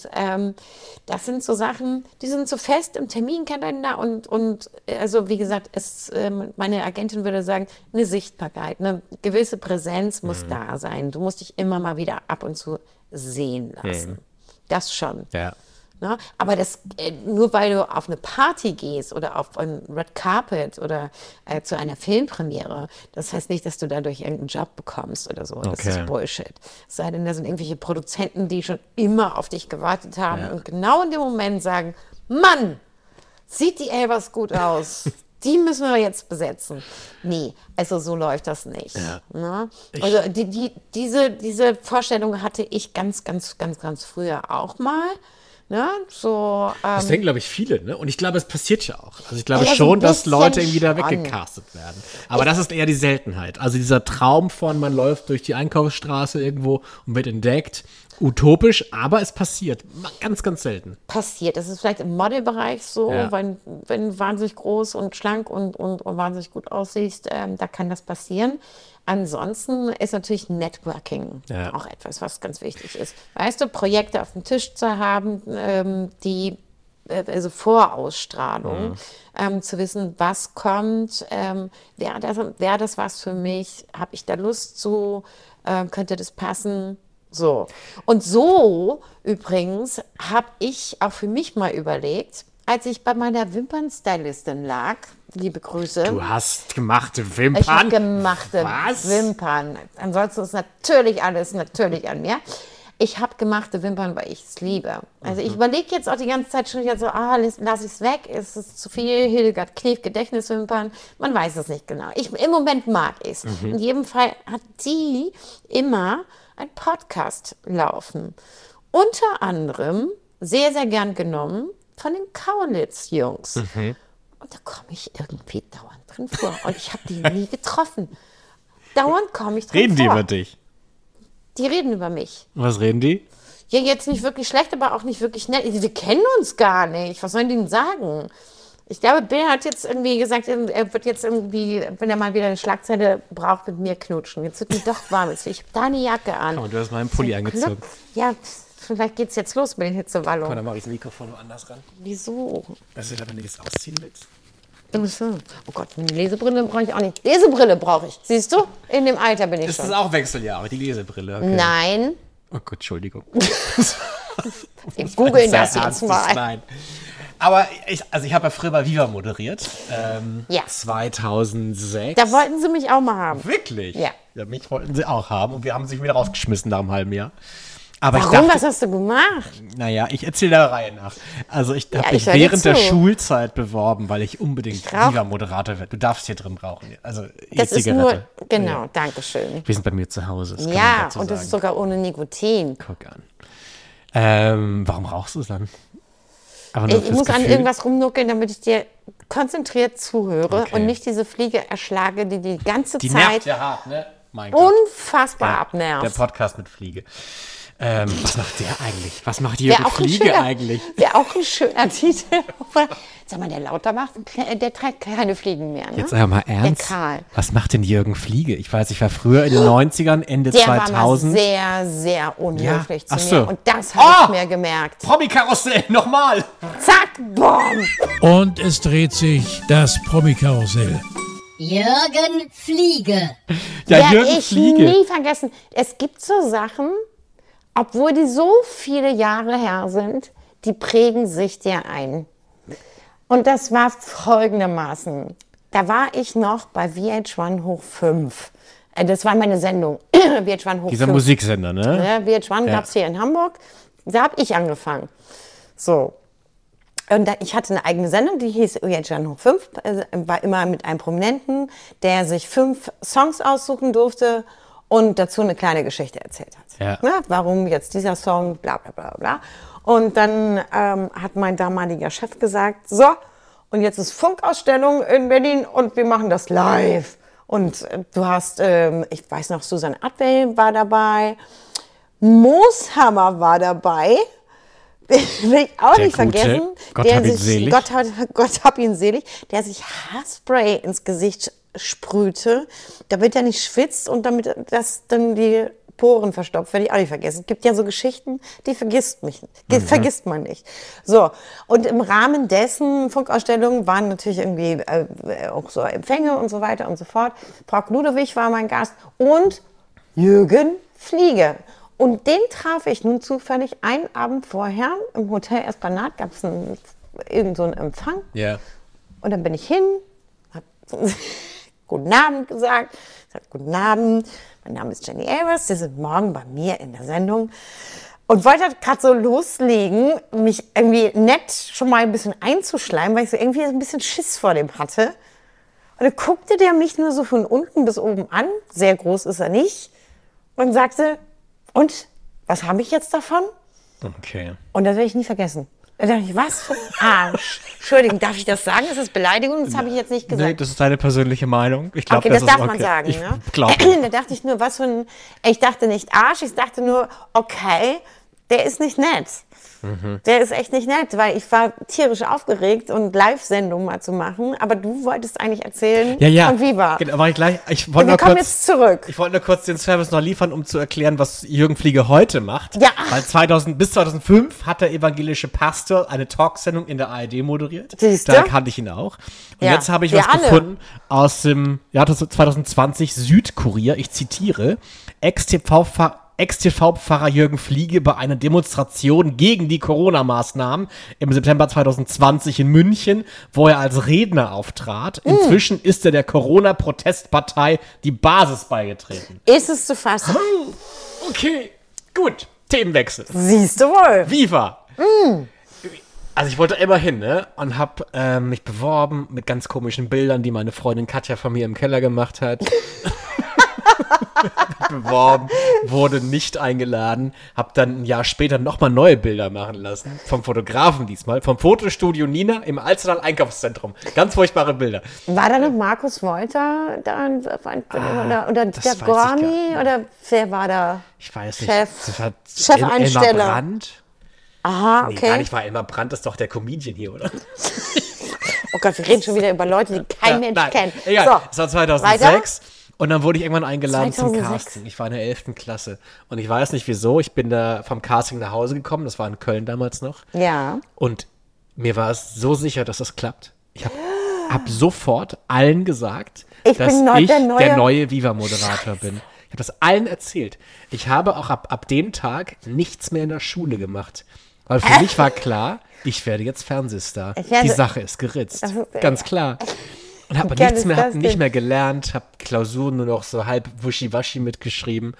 das sind so Sachen, die sind so fest im Terminkalender und also wie gesagt, meine Agentin würde sagen, eine Sichtbarkeit, eine gewisse Präsenz muss da sein. Du musst dich immer mal wieder ab und zu sehen lassen. Das schon. Ja. Ne? Aber das nur weil du auf eine Party gehst oder auf ein Red Carpet oder zu einer Filmpremiere, das heißt nicht, dass du dadurch irgendeinen Job bekommst oder so. Das ist Bullshit. Es sei denn, da sind irgendwelche Produzenten, die schon immer auf dich gewartet haben und genau in dem Moment sagen, Mann, sieht die Elbers gut aus. Die müssen wir jetzt besetzen. Nee, also so läuft das nicht. Ja. Ne? Also diese Vorstellung hatte ich ganz früher auch mal. Ne? So, das denken, glaube ich, viele. Ne? Und ich glaube, es passiert ja auch. Also ich glaube schon, dass Leute irgendwie da weggecastet werden. Aber das ist eher die Seltenheit. Also dieser Traum von, man läuft durch die Einkaufsstraße irgendwo und wird entdeckt. Utopisch, aber es passiert. Ganz, ganz selten. Passiert. Das ist vielleicht im Modelbereich so, wenn du wahnsinnig groß und schlank und wahnsinnig gut aussiehst, da kann das passieren. Ansonsten ist natürlich Networking auch etwas, was ganz wichtig ist. Weißt du, Projekte auf dem Tisch zu haben, die also Vorausstrahlung, zu wissen, was kommt, wäre das was für mich, habe ich da Lust zu, könnte das passen? So. Und so übrigens habe ich auch für mich mal überlegt, als ich bei meiner Wimpernstylistin lag, liebe Grüße. Du hast gemachte Wimpern? Ich habe gemachte Wimpern. Ansonsten ist natürlich alles an mir. Ich habe gemachte Wimpern, weil ich es liebe. Also ich überlege jetzt auch die ganze Zeit schon wieder so, lasse ich es weg, ist es zu viel, Hildegard Knef, Gedächtniswimpern, man weiß es nicht genau. Im Moment mag ich es. In jedem Fall hat die immer ein Podcast laufen. Unter anderem, sehr, sehr gern genommen, von den Kaulitz-Jungs. Und da komme ich irgendwie dauernd drin vor. Und ich habe die nie getroffen. Dauernd komme ich drin vor. Reden die über dich? Die reden über mich. Was reden die? Ja, jetzt nicht wirklich schlecht, aber auch nicht wirklich nett. Wir kennen uns gar nicht. Was sollen die denn sagen? Ich glaube, Bill hat jetzt irgendwie gesagt, er wird jetzt irgendwie, wenn er mal wieder eine Schlagzeile braucht, mit mir knutschen. Jetzt wird mir doch warm. Ich habe da eine Jacke an. Oh, du hast meinen Pulli angezogen. Ja, vielleicht geht es jetzt los mit den Hitzewallungen. Komm, dann mache ich das Mikrofon woanders ran. Wieso? Was ist, wenn du das ausziehen willst? Oh Gott, eine Lesebrille brauche ich auch nicht. Lesebrille brauche ich. Siehst du? In dem Alter bin ich schon. Das ist auch Wechseljahre, die Lesebrille. Okay. Nein. Oh Gott, Entschuldigung. Wir googeln das jetzt mal. Nein. Aber ich habe ja früher bei Viva moderiert. 2006. Da wollten sie mich auch mal haben. Wirklich? Ja. Ja, mich wollten sie auch haben und wir haben sich wieder rausgeschmissen nach einem halben Jahr. Aber Warum? Was hast du gemacht? Naja, ich erzähle der Reihe nach. Also ich habe mich höre dir während der zu. Schulzeit beworben, weil ich unbedingt Viva-Moderator werde. Du darfst hier drin rauchen. Also Das ist E-Zigarette. nur, genau, danke schön. Wir sind bei mir zu Hause. Das kann man Ja, dazu und das sagen. ist sogar ohne Nikotin. Guck an. Warum rauchst du es dann? Aber nur Ich fürs muss an Gefühl? irgendwas rumnuckeln, damit ich dir konzentriert zuhöre Okay. und nicht diese Fliege erschlage, die ganze Die Zeit nervt ja hart, ne? Mein Gott. unfassbar Der abnervt. Podcast mit Fliege. Was macht der eigentlich? Was macht Jürgen Wäre auch, Fliege eigentlich? wär auch ein schöner Titel. Sag mal, der Lauterbach, der trägt keine Fliegen mehr. Ne? Jetzt aber mal ernst. Der Karl. Was macht denn Jürgen Fliege? Ich weiß, ich war früher in den 90ern, Ende Der war mal 2000. sehr, sehr unhöflich Ja? Ach zu so. mir. Und das habe ich mir gemerkt. Promi-Karussell, nochmal! Zack, boom. Und es dreht sich das Promi-Karussell. Jürgen Fliege. Ja, Werde Jürgen ich Fliege. nie vergessen. Es gibt so Sachen, obwohl die so viele Jahre her sind, die prägen sich dir ein. Und das war folgendermaßen. Da war ich noch bei VH1 hoch 5. Das war meine Sendung. VH1 hoch Dieser 5. Musiksender, ne? Ja, VH1 gab es hier in Hamburg. Da habe ich angefangen. So. Und ich hatte eine eigene Sendung, die hieß VH1 hoch 5. War immer mit einem Prominenten, der sich 5 Songs aussuchen durfte und dazu eine kleine Geschichte erzählt hat. Ja. Warum jetzt dieser Song, bla bla bla bla. Und dann hat mein damaliger Chef gesagt, so, und jetzt ist Funkausstellung in Berlin und wir machen das live. Und du hast, ich weiß noch, Susanne Atwell war dabei, Mooshammer war dabei, will ich auch Der nicht Gute, vergessen. Gott hab ihn selig. Gott hab ihn selig, der sich Haarspray ins Gesicht sprühte, damit er nicht schwitzt und damit das dann die Poren verstopft, werde ich auch nicht vergessen. Es gibt ja so Geschichten, die vergisst man nicht. So, und im Rahmen dessen Funkausstellungen waren natürlich irgendwie auch so Empfänge und so weiter und so fort. Frau Ludewig war mein Gast und Jürgen Fliege. Und den traf ich nun zufällig einen Abend vorher im Hotel Esplanade, gab es irgend so einen Empfang. Ja. Und dann bin ich hin, habe guten Abend gesagt, guten Abend, mein Name ist Jenny Elvers, Sie sind morgen bei mir in der Sendung. Und wollte gerade so loslegen, mich irgendwie nett schon mal ein bisschen einzuschleimen, weil ich so irgendwie ein bisschen Schiss vor dem hatte. Und dann guckte der mich nur so von unten bis oben an, sehr groß ist er nicht, und sagte, und, was habe ich jetzt davon? Okay. Und das werde ich nie vergessen. Da dachte ich, was für ein Arsch. Entschuldigung, darf ich das sagen? Ist das Beleidigung? Das habe ich jetzt nicht gesagt. Nee, das ist deine persönliche Meinung. Ich glaube, Okay, das ist darf okay. man sagen, Ich ne? glaube. Da dachte ich nur, was für ein, ich dachte nicht Arsch, ich dachte nur, okay, der ist nicht nett. Der ist echt nicht nett, weil ich war tierisch aufgeregt und Live-Sendung mal zu machen, aber du wolltest eigentlich erzählen von Viva. Genau, aber ich Wir wollte kommen jetzt zurück. Ich wollte nur kurz den Service noch liefern, um zu erklären, was Jürgen Fliege heute macht. Ja. Weil bis 2005 hat der evangelische Pastor eine Talksendung in der ARD moderiert. Siehste? Da kannte ich ihn auch. Und Ja, jetzt habe ich wir was alle. gefunden aus dem Jahr 2020 Südkurier. Ich zitiere. Ex-TV-Pfarrer Jürgen Fliege bei einer Demonstration gegen die Corona-Maßnahmen im September 2020 in München, wo er als Redner auftrat. Inzwischen ist er der Corona-Protestpartei die Basis beigetreten. Ist es zu fassen? Okay, gut. Themenwechsel. Siehst du wohl. Viva! Also ich wollte immer hin, ne? Und hab mich beworben mit ganz komischen Bildern, die meine Freundin Katja von mir im Keller gemacht hat. Beworben, wurde nicht eingeladen, hab dann ein Jahr später nochmal neue Bilder machen lassen, vom Fotografen diesmal, vom Fotostudio Nina im Alsterdal Einkaufszentrum. Ganz furchtbare Bilder. War da noch Markus Wolter da, oder das der weiß ich Gorni gar nicht. oder wer war da? Ich weiß nicht. Chef. Das war Chefeinsteller. Elmar Brandt? Aha, Nee, okay. gar nicht, war Elmar Brandt, ist doch der Comedian hier, oder? Oh Gott, wir reden schon wieder über Leute, die kein Mensch Nein, kennt. egal, So, es war 2006 und dann wurde ich irgendwann eingeladen 2006. zum Casting. Ich war in der 11. Klasse und ich weiß nicht wieso, ich bin da vom Casting nach Hause gekommen, das war in Köln damals noch. ja. Und mir war es so sicher, dass das klappt. Ich hab sofort allen gesagt, Ich dass bin ich der neue Viva-Moderator bin. Ich habe das allen erzählt. Ich habe auch ab dem Tag nichts mehr in der Schule gemacht. Weil für mich war klar, ich werde jetzt Fernsehstar. Die Sache ist geritzt. Ganz klar. Und habe Geil nichts ist mehr, das hab nicht denn? mehr gelernt, habe Klausuren nur noch so halb wuschi-waschi mitgeschrieben.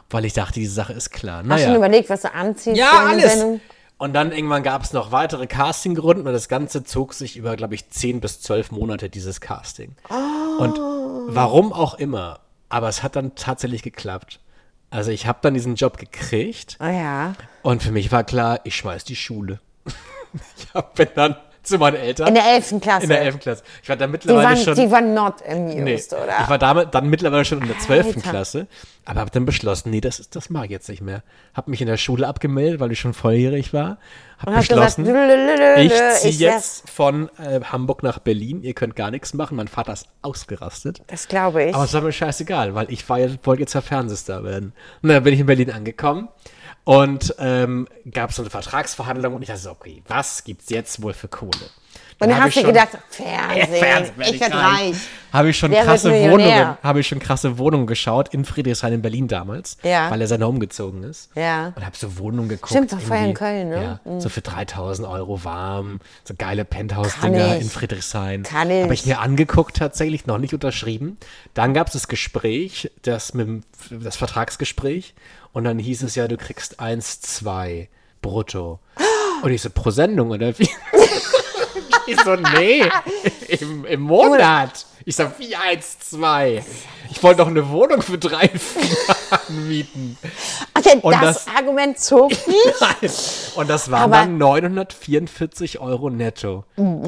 weil ich dachte, diese Sache ist klar. Hast du schon überlegt, was du anziehst? Ja, für eine alles. Sendung? Und dann irgendwann gab es noch weitere Castingrunden und das Ganze zog sich über, glaube ich, 10 bis 12 Monate, dieses Casting. Und warum auch immer, aber es hat dann tatsächlich geklappt. Also ich habe dann diesen Job gekriegt Oh ja. und für mich war klar, ich schmeiß die Schule. Bin dann zu meinen Eltern. In der 11. Klasse. In der 11. Klasse. Ich war dann mittlerweile schon... Die waren not amused, oder? Ich war dann mittlerweile schon in der 12. Alter. Klasse, aber habe dann beschlossen, nee, das mag ich jetzt nicht mehr. Habe mich in der Schule abgemeldet, weil ich schon volljährig war. Habe Und hast gesagt, beschlossen, ich ziehe ich jetzt von Hamburg nach Berlin. Ihr könnt gar nichts machen. Mein Vater ist ausgerastet. Das glaube ich. Aber es war mir scheißegal, weil ich wollte jetzt ja Fernsehstar werden. Und dann bin ich in Berlin angekommen und gab es so eine Vertragsverhandlung und ich dachte so, okay, was gibt's jetzt wohl für Kohle? Und dann hab hast du ich schon- gedacht, Fernsehen, ich werde reich. Habe ich schon Wer wird krasse Millionär? Wohnungen geschaut in Friedrichshain in Berlin damals, Ja. weil er seiner umgezogen ist. Ja. Und habe so Wohnungen geguckt. Stimmt, war vorher in irgendwie, Köln, ne? Ja, so für 3.000 € warm, so geile Kann Penthouse-Dinger ich. in Friedrichshain. Kann ich. Habe ich mir angeguckt tatsächlich, noch nicht unterschrieben. Dann gab es das Gespräch, das Vertragsgespräch und dann hieß es ja, du kriegst 1,2 brutto. Und ich so, pro Sendung oder wie? Ich so, nee, im Monat. Ich so, wie 1,2? Ich wollte doch eine Wohnung für 3, 4 anmieten. Okay, Und das das- Argument zog nicht. Nein. Und das waren Aber- dann 944 € netto.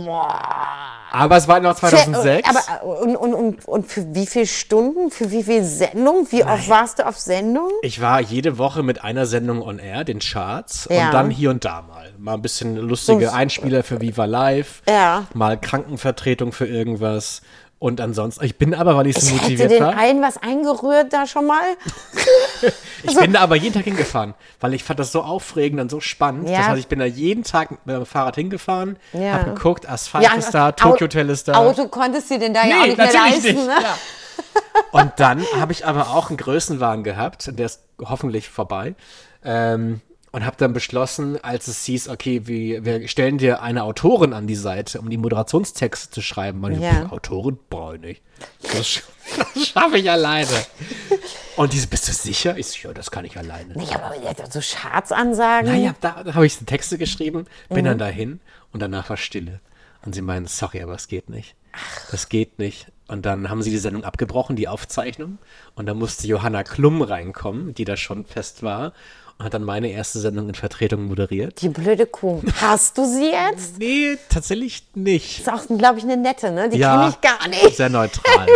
Aber es war noch 2006. Aber und für wie viele Stunden, für wie viele Sendungen? Wie oft warst du auf Sendung? Ich war jede Woche mit einer Sendung on air, den Charts, Ja. und dann hier und da mal. Mal ein bisschen lustige So- Einspieler für Viva Live, Ja. mal Krankenvertretung für irgendwas. Und ansonsten, ich bin aber, weil ich so Ich hätte motiviert den war, allen was eingerührt da schon mal. ich bin da aber jeden Tag hingefahren, weil ich fand das so aufregend und so spannend. Ja. Das heißt, ich bin da jeden Tag mit dem Fahrrad hingefahren, Ja. hab geguckt, Asphalt ist da, Tokyo Hotel ist da. Auto konntest du denn da ja auch nicht mehr leisten, ne? Ja. Und dann habe ich aber auch einen Größenwahn gehabt, der ist hoffentlich vorbei. Und habe dann beschlossen, als es hieß, okay, wir stellen dir eine Autorin an die Seite, um die Moderationstexte zu schreiben. Und ich Ja. Autorin brauche ich nicht. Das schaffe ich alleine. Und die so, bist du sicher? Ich so, ja, das kann ich alleine. Nee, aber so Schatzansagen. Naja, da habe ich Texte geschrieben, bin Mhm. dann dahin und danach war Stille. Und sie meinen, sorry, aber es geht nicht. Das geht nicht. Und dann haben sie die Sendung abgebrochen, die Aufzeichnung. Und dann musste Johanna Klum reinkommen, die da schon fest war. Und hat dann meine erste Sendung in Vertretung moderiert. Die blöde Kuh. Hast du sie jetzt? Nee, tatsächlich nicht. Ist auch, glaube ich, eine nette, ne? Die Ja, kenne ich gar nicht. sehr neutral.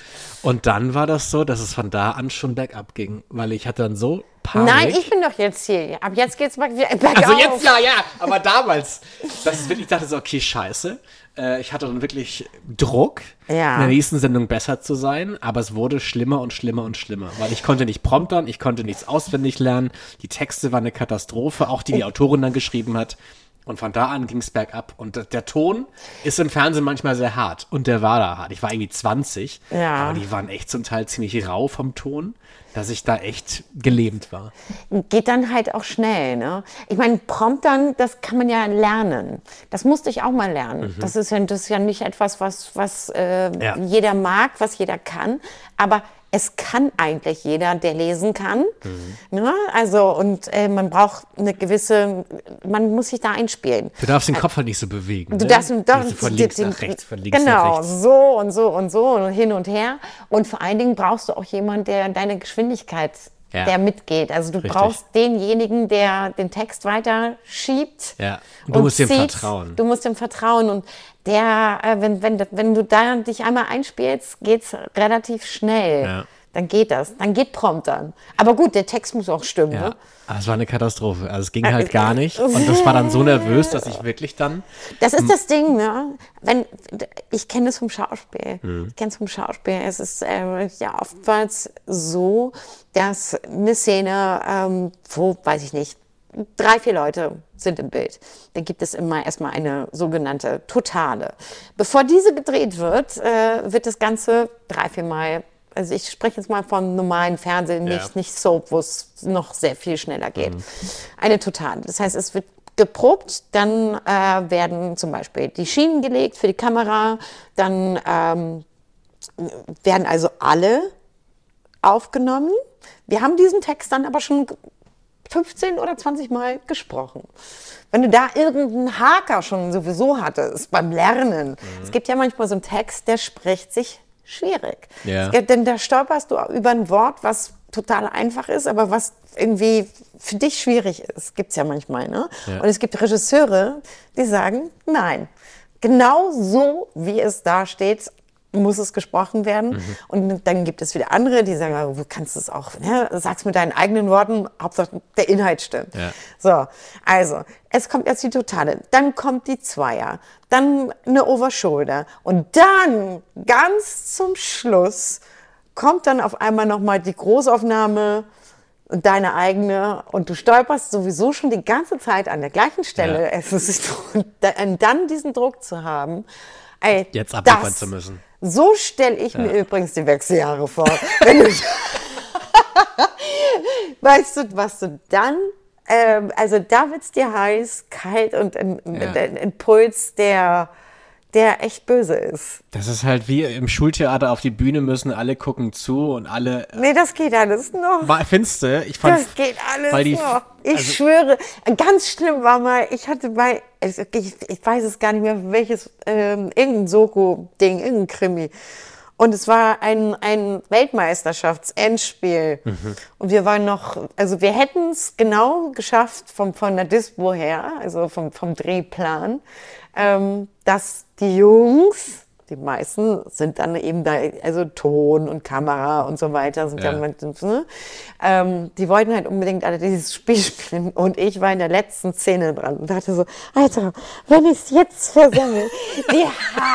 Und dann war das so, dass es von da an schon bergab ging. Weil ich hatte dann so Panik. Nein, ich bin doch jetzt hier. Ab jetzt geht's bergauf. Also jetzt ja, aber damals, das ist wirklich, ich dachte so, okay, scheiße. Ich hatte dann wirklich Druck, Ja. in der nächsten Sendung besser zu sein, aber es wurde schlimmer und schlimmer und schlimmer, weil ich konnte nicht promptern, ich konnte nichts auswendig lernen, die Texte waren eine Katastrophe, auch die Autorin dann geschrieben hat. Und von da an ging es bergab. Und der Ton ist im Fernsehen manchmal sehr hart. Und der war da hart. Ich war irgendwie 20, Ja. aber die waren echt zum Teil ziemlich rau vom Ton, dass ich da echt gelähmt war. Geht dann halt auch schnell, ne? Ich meine, Promptern, das kann man ja lernen. Das musste ich auch mal lernen. Das ist ja nicht etwas, was jeder mag, was jeder kann. Aber es kann eigentlich jeder, der lesen kann. Ne? Also, und man braucht eine gewisse, man muss sich da einspielen. Du darfst den Kopf halt nicht so bewegen. Du ne? darfst Nicht so von links nach rechts, von links nach genau, rechts. so und so und so und hin und her. Und vor allen Dingen brauchst du auch jemanden, der deine Geschwindigkeit, Ja. der mitgeht. Also du Richtig. brauchst denjenigen, der den Text weiter schiebt. Ja, und du musst dem zieht. vertrauen. Du musst dem vertrauen. Und der, wenn du da dich einmal einspielst, geht's relativ schnell. Ja. Dann geht das. Dann geht Promptern. Aber gut, der Text muss auch stimmen. Ja, Ne? aber es war eine Katastrophe. Also es ging halt gar nicht. Und das war dann so nervös, dass ich wirklich dann... Das ist das Ding, ne? Ich kenne es vom Schauspiel. Mhm. Ich kenne es vom Schauspiel. Es ist ja oftmals so, dass eine Szene, wo, weiß ich nicht, 3, 4 Leute sind im Bild. Dann gibt es immer erstmal eine sogenannte Totale. Bevor diese gedreht wird, wird das Ganze 3, 4 Mal, also ich spreche jetzt mal vom normalen Fernsehen, Ja. nicht Soap, wo es noch sehr viel schneller geht. Eine Totale. Das heißt, es wird geprobt, dann werden zum Beispiel die Schienen gelegt für die Kamera, dann werden also alle aufgenommen Wir haben diesen Text dann aber schon 15 oder 20 Mal gesprochen. Wenn du da irgendeinen Haker schon sowieso hattest beim Lernen, es gibt ja manchmal so einen Text, der spricht sich schwierig. Ja. Denn da stolperst du über ein Wort, was total einfach ist, aber was irgendwie für dich schwierig ist. Gibt es ja manchmal, ne? Ja. Und es gibt Regisseure, die sagen, nein, genau so, wie es da steht, muss es gesprochen werden. Und dann gibt es wieder andere, die sagen, du kannst es auch, ne? Sag's mit deinen eigenen Worten, Hauptsache der Inhalt stimmt. Ja. So, also, es kommt erst die Totale, dann kommt die Zweier, dann eine Overshoulder und dann, ganz zum Schluss, kommt dann auf einmal nochmal die Großaufnahme und deine eigene und du stolperst sowieso schon die ganze Zeit an der gleichen Stelle. Ja. Es ist, dann diesen Druck zu haben, ey, jetzt abliefern zu müssen. So stelle ich mir übrigens die Wechseljahre vor. Wenn du, weißt du, was du dann, also da wird's dir heiß, kalt und ein Impuls, der echt böse ist. Das ist halt wie im Schultheater auf die Bühne müssen, alle gucken zu und alle... Nee, das geht alles noch. Findest du? Ich fand, das geht alles noch. Ich schwöre, ganz schlimm war mal, ich hatte bei, ich weiß es gar nicht mehr, welches, irgendein Soko-Ding, irgendein Krimi. Und es war ein Weltmeisterschafts-Endspiel. Und wir waren noch, also wir hätten es genau geschafft von der Dispo her, also vom Drehplan, dass die Jungs, die meisten sind dann eben da, also Ton und Kamera und so weiter, sind die wollten halt unbedingt alle dieses Spiel spielen und ich war in der letzten Szene dran und dachte so, Alter, wenn ich es jetzt versemmel, die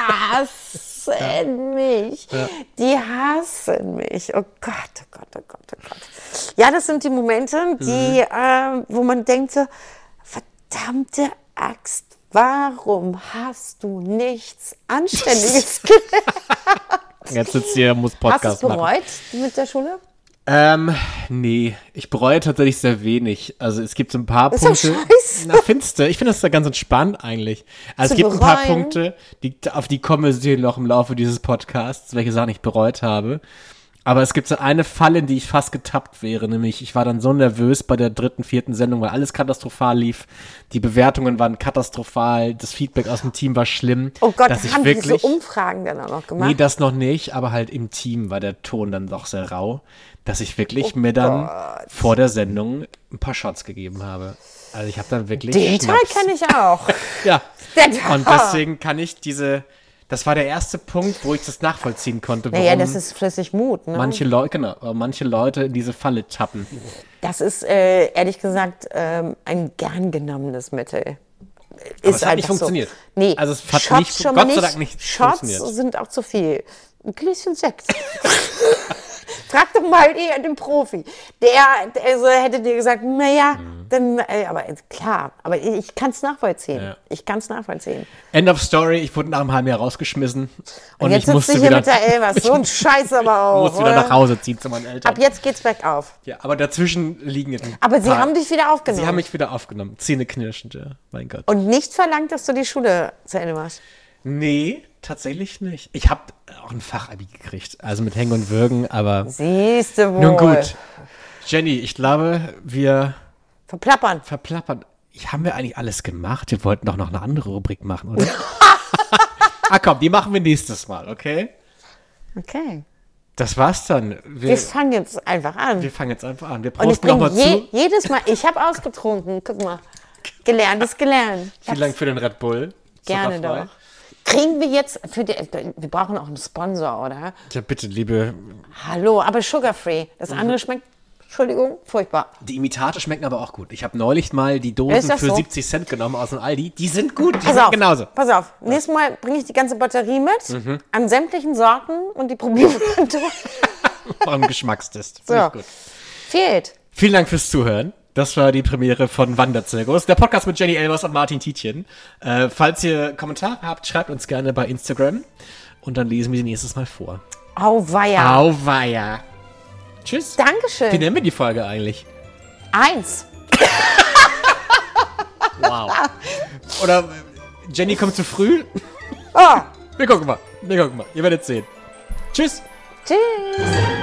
hassen mich, die hassen mich, oh Gott, oh Gott, oh Gott, oh Gott. Ja, das sind die Momente, die, wo man denkt so, verdammte Axt, warum hast du nichts Anständiges gelernt? Jetzt sitzt hier, muss Podcast machen. Hast du es bereut mit der Schule? Nee, ich bereue tatsächlich sehr wenig. Also es gibt so ein paar ist Punkte. Doch scheiße. Na, findest du? Ich finde das da ganz entspannt eigentlich. Also es gibt ein paar Punkte, auf die kommen wir noch im Laufe dieses Podcasts, welche Sachen ich bereut habe. Aber es gibt so eine Falle, in die ich fast getappt wäre, nämlich ich war dann so nervös bei der 3., 4. Sendung, weil alles katastrophal lief. Die Bewertungen waren katastrophal, das Feedback aus dem Team war schlimm. Oh Gott, dass haben ich wirklich, diese Umfragen dann auch noch gemacht? Nee, das noch nicht, aber halt im Team war der Ton dann doch sehr rau, dass ich wirklich mir dann vor der Sendung ein paar Shots gegeben habe. Also ich habe dann wirklich Den Teil kenne ich auch. Ja, und deswegen kann ich das war der erste Punkt, wo ich das nachvollziehen konnte. Naja, das ist flüssig Mut, ne? Manche Leute in diese Falle tappen. Das ist, ehrlich gesagt, ein gern genommenes Mittel. Aber es hat nicht funktioniert. So. Nee, also es hat Shots nicht, Gott sei Dank nicht funktioniert. Shots sind auch zu viel. Ein Gläschen Sekt. Frag doch mal den Profi. Der also hätte dir gesagt, naja, dann, aber klar, aber ich kann es nachvollziehen. Ja. Ich kann es nachvollziehen. End of story, ich wurde nach einem halben Jahr rausgeschmissen. Und jetzt ich musste hier wieder mit der Elvers, so ein Scheiß aber auch. Ich musste wieder nach Hause ziehen zu meinen Eltern. Ab jetzt geht's bergauf. Ja, aber dazwischen liegen jetzt Aber sie haben dich wieder aufgenommen. Sie haben mich wieder aufgenommen. Zähneknirschend, ja. Mein Gott. Und nicht verlangt, dass du die Schule zu Ende machst? Nee, tatsächlich nicht. Ich habe auch ein Fachabi gekriegt, also mit Hängen und Würgen, aber siehst du wohl. Nun gut. Jenny, ich glaube, wir verplappern. Haben wir eigentlich alles gemacht? Wir wollten doch noch eine andere Rubrik machen, oder? Komm, die machen wir nächstes Mal, okay? Okay. Das war's dann. Wir fangen jetzt einfach an. Wir prosten nochmal zu. Jedes Mal, ich habe ausgetrunken, guck mal. Gelernt ist gelernt. Vielen Dank für den Red Bull. Gerne doch. Kriegen wir jetzt, wir brauchen auch einen Sponsor, oder? Ja, bitte, liebe. Hallo, aber sugar-free. Das andere schmeckt, Entschuldigung, furchtbar. Die Imitate schmecken aber auch gut. Ich habe neulich mal die Dosen für 70 Cent genommen aus dem Aldi. Die sind gut, die sind genauso. Pass auf, nächstes Mal bringe ich die ganze Batterie mit, an sämtlichen Sorten und die probieren wir dann durch. Beim Geschmackstest. So. Gut. Fehlt. Vielen Dank fürs Zuhören. Das war die Premiere von Wanderzirkus, der Podcast mit Jenny Elvers und Martin Tietjen. Falls ihr Kommentare habt, schreibt uns gerne bei Instagram und dann lesen wir sie nächstes Mal vor. Auweia. Auweia. Tschüss. Dankeschön. Wie nennen wir die Folge eigentlich? 1. Wow. Oder Jenny kommt zu früh. Oh. Wir gucken mal. Ihr werdet sehen. Tschüss. Tschüss.